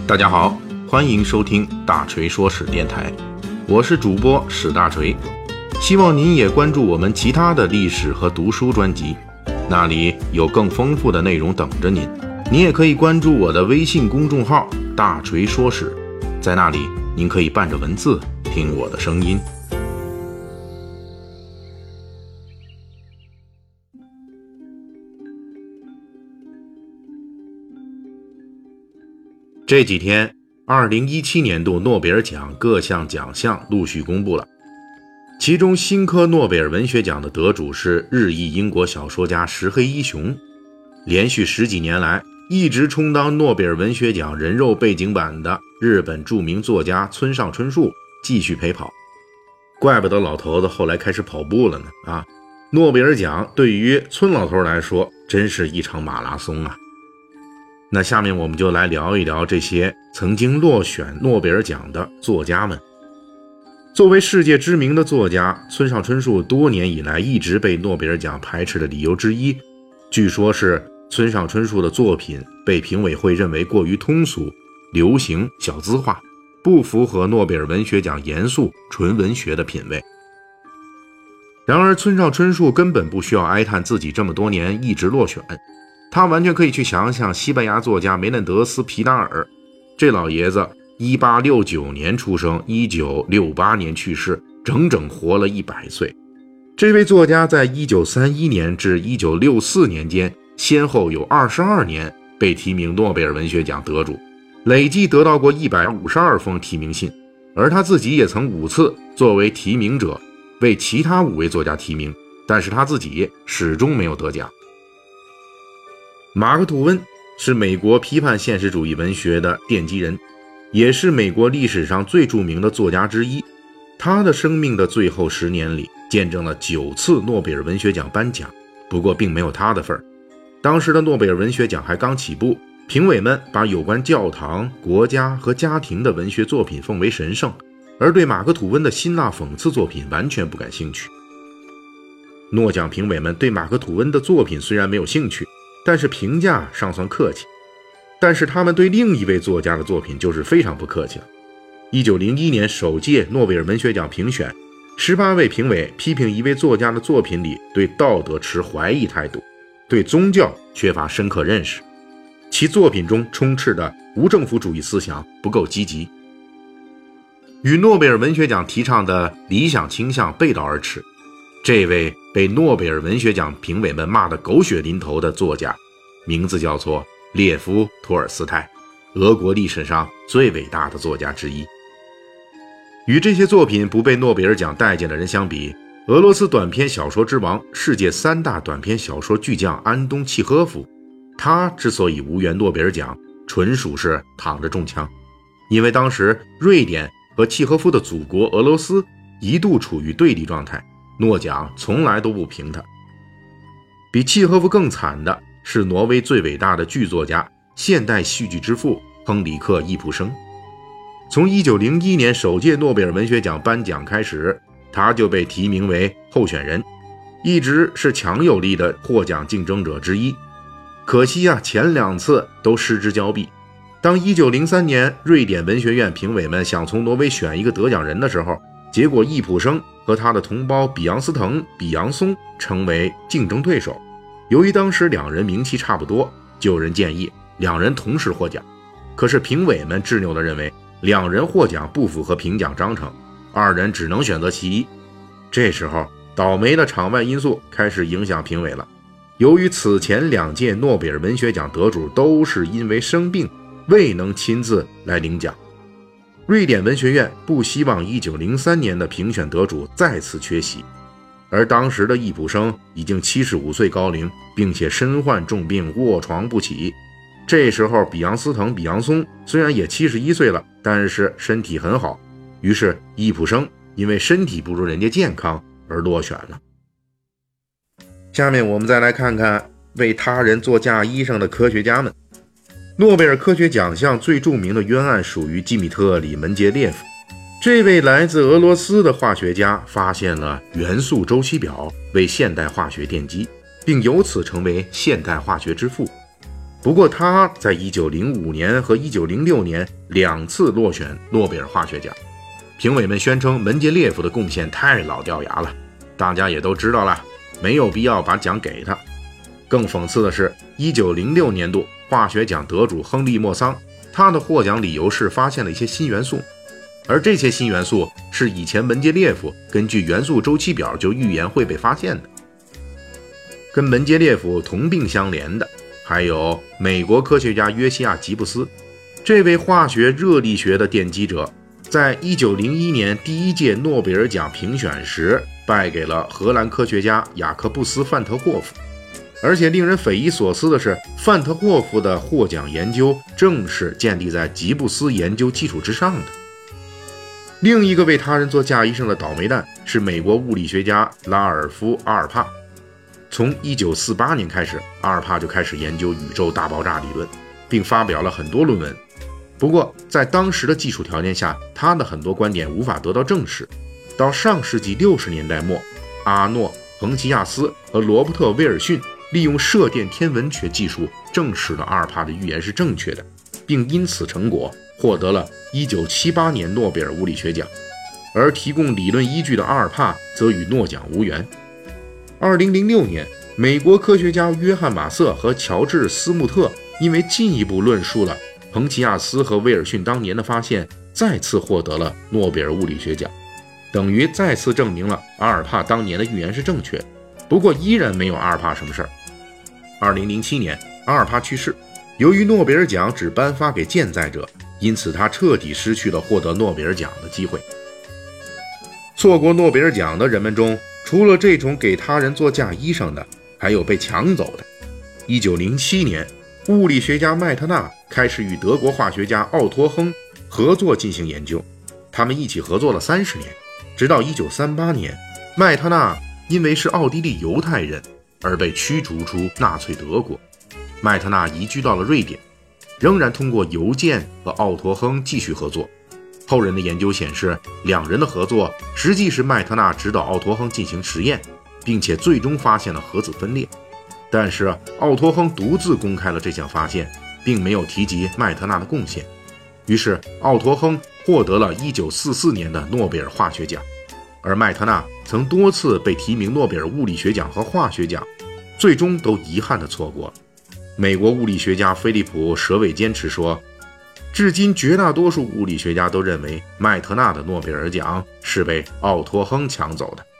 大家好，欢迎收听大锤说史电台，我是主播史大锤，希望您也关注我们其他的历史和读书专辑，那里有更丰富的内容等着您。您也可以关注我的微信公众号大锤说史，在那里您可以伴着文字听我的声音。这几天2017年度诺贝尔奖各项奖项陆续公布了，其中新科诺贝尔文学奖的得主是日裔英国小说家石黑一雄，连续10几年来一直充当诺贝尔文学奖人肉背景板的日本著名作家村上春树继续陪跑，怪不得老头子后来开始跑步了呢诺贝尔奖对于村老头来说真是一场马拉松啊。那下面我们就来聊一聊这些曾经落选诺贝尔奖的作家们。作为世界知名的作家，村上春树多年以来一直被诺贝尔奖排斥的理由之一，据说是村上春树的作品被评委会认为过于通俗、流行、小资化，不符合诺贝尔文学奖严肃纯文学的品味。然而村上春树根本不需要哀叹自己这么多年一直落选，他完全可以去想想西班牙作家梅嫩德斯·皮纳尔，这老爷子1869年出生，1968年去世，整整活了100岁。这位作家在1931年至1964年间先后有22年被提名诺贝尔文学奖得主，累计得到过152封提名信，而他自己也曾5次作为提名者为其他5位作家提名，但是他自己始终没有得奖。马克·吐温是美国批判现实主义文学的奠基人，也是美国历史上最著名的作家之一。他的生命的最后10年里见证了9次诺贝尔文学奖颁奖，不过并没有他的份儿。当时的诺贝尔文学奖还刚起步，评委们把有关教堂、国家和家庭的文学作品奉为神圣，而对马克·吐温的辛辣讽刺作品完全不感兴趣。诺奖评委们对马克·吐温的作品虽然没有兴趣，但是评价尚算客气，但是他们对另一位作家的作品就是非常不客气了。1901年首届诺贝尔文学奖评选，18位评委批评一位作家的作品里对道德持怀疑态度，对宗教缺乏深刻认识，其作品中充斥的无政府主义思想不够积极，与诺贝尔文学奖提倡的理想倾向背道而驰。这位被诺贝尔文学奖评委们骂得狗血淋头的作家，名字叫做列夫·托尔斯泰，俄国历史上最伟大的作家之一。与这些作品不被诺贝尔奖待见的人相比，俄罗斯短篇小说之王、世界3大短篇小说巨匠安东·契诃夫，他之所以无缘诺贝尔奖，纯属是躺着中枪。因为当时瑞典和契诃夫的祖国俄罗斯一度处于对立状态，诺奖从来都不评他。比契诃夫更惨的是挪威最伟大的剧作家、现代戏剧之父亨里克·易卜生。从1901年首届诺贝尔文学奖颁奖开始，他就被提名为候选人，一直是强有力的获奖竞争者之一。可惜前2次都失之交臂。当1903年瑞典文学院评委们想从挪威选一个得奖人的时候，结果易卜生和他的同胞比昂斯滕、比昂松成为竞争对手。由于当时2人名气差不多，就有人建议2人同时获奖，可是评委们执拗地认为2人获奖不符合评奖章程，2人只能选择其一。这时候倒霉的场外因素开始影响评委了。由于此前2届诺贝尔文学奖得主都是因为生病未能亲自来领奖，瑞典文学院不希望1903年的评选得主再次缺席，而当时的易卜生已经75岁高龄，并且身患重病，卧床不起。这时候比昂斯滕、比昂松虽然也71岁了，但是身体很好，于是易卜生因为身体不如人家健康而落选了。下面我们再来看看为他人做嫁衣裳的科学家们。诺贝尔科学奖项最著名的冤案属于基米特·里门捷列夫。这位来自俄罗斯的化学家发现了元素周期表，为现代化学奠基，并由此成为现代化学之父。 不过他在1905年和1906年2次落选诺贝尔化学奖。评委们宣称门捷列夫的贡献太老掉牙了，大家也都知道了，没有必要把奖给他。更讽刺的是，1906年度化学奖得主亨利·莫桑，他的获奖理由是发现了一些新元素，而这些新元素是以前门捷列夫根据元素周期表就预言会被发现的。跟门捷列夫同病相怜的还有美国科学家约西亚·吉布斯，这位化学热力学的奠基者，在1901年第一届诺贝尔奖评选时败给了荷兰科学家雅克布斯·范特霍夫。而且令人匪夷所思的是，范特霍夫的获奖研究正是建立在吉布斯研究基础之上的。另一个为他人做嫁衣裳的倒霉蛋是美国物理学家拉尔夫·阿尔帕。从1948年开始，阿尔帕就开始研究宇宙大爆炸理论，并发表了很多论文。不过在当时的技术条件下，他的很多观点无法得到证实。到上世纪60年代末，阿诺、彭齐亚斯和罗伯特·威尔逊利用射电天文学技术证实了阿尔帕的预言是正确的，并因此成果获得了1978年诺贝尔物理学奖。而提供理论依据的阿尔帕则与诺奖无缘。2006年，美国科学家约翰·马瑟和乔治·斯穆特因为进一步论述了彭齐亚斯和威尔逊当年的发现，再次获得了诺贝尔物理学奖，等于再次证明了阿尔帕当年的预言是正确的。不过依然没有阿尔帕什么事儿。2007年，阿尔帕去世，由于诺贝尔奖只颁发给健在者，因此他彻底失去了获得诺贝尔奖的机会。错过诺贝尔奖的人们中，除了这种给他人做嫁衣裳的，还有被抢走的。1907年，物理学家麦特纳开始与德国化学家奥托亨合作进行研究，他们一起合作了30年，直到1938年，麦特纳因为是奥地利犹太人而被驱逐出纳粹德国。麦特纳移居到了瑞典，仍然通过邮件和奥托亨继续合作。后人的研究显示，两人的合作实际是麦特纳指导奥托亨进行实验，并且最终发现了核子分裂。但是奥托亨独自公开了这项发现，并没有提及麦特纳的贡献。于是奥托亨获得了1944年的诺贝尔化学奖，而麦特纳曾多次被提名诺贝尔物理学奖和化学奖，最终都遗憾地错过。美国物理学家菲利普·舍韦坚持说，至今绝大多数物理学家都认为麦特纳的诺贝尔奖是被奥托亨抢走的。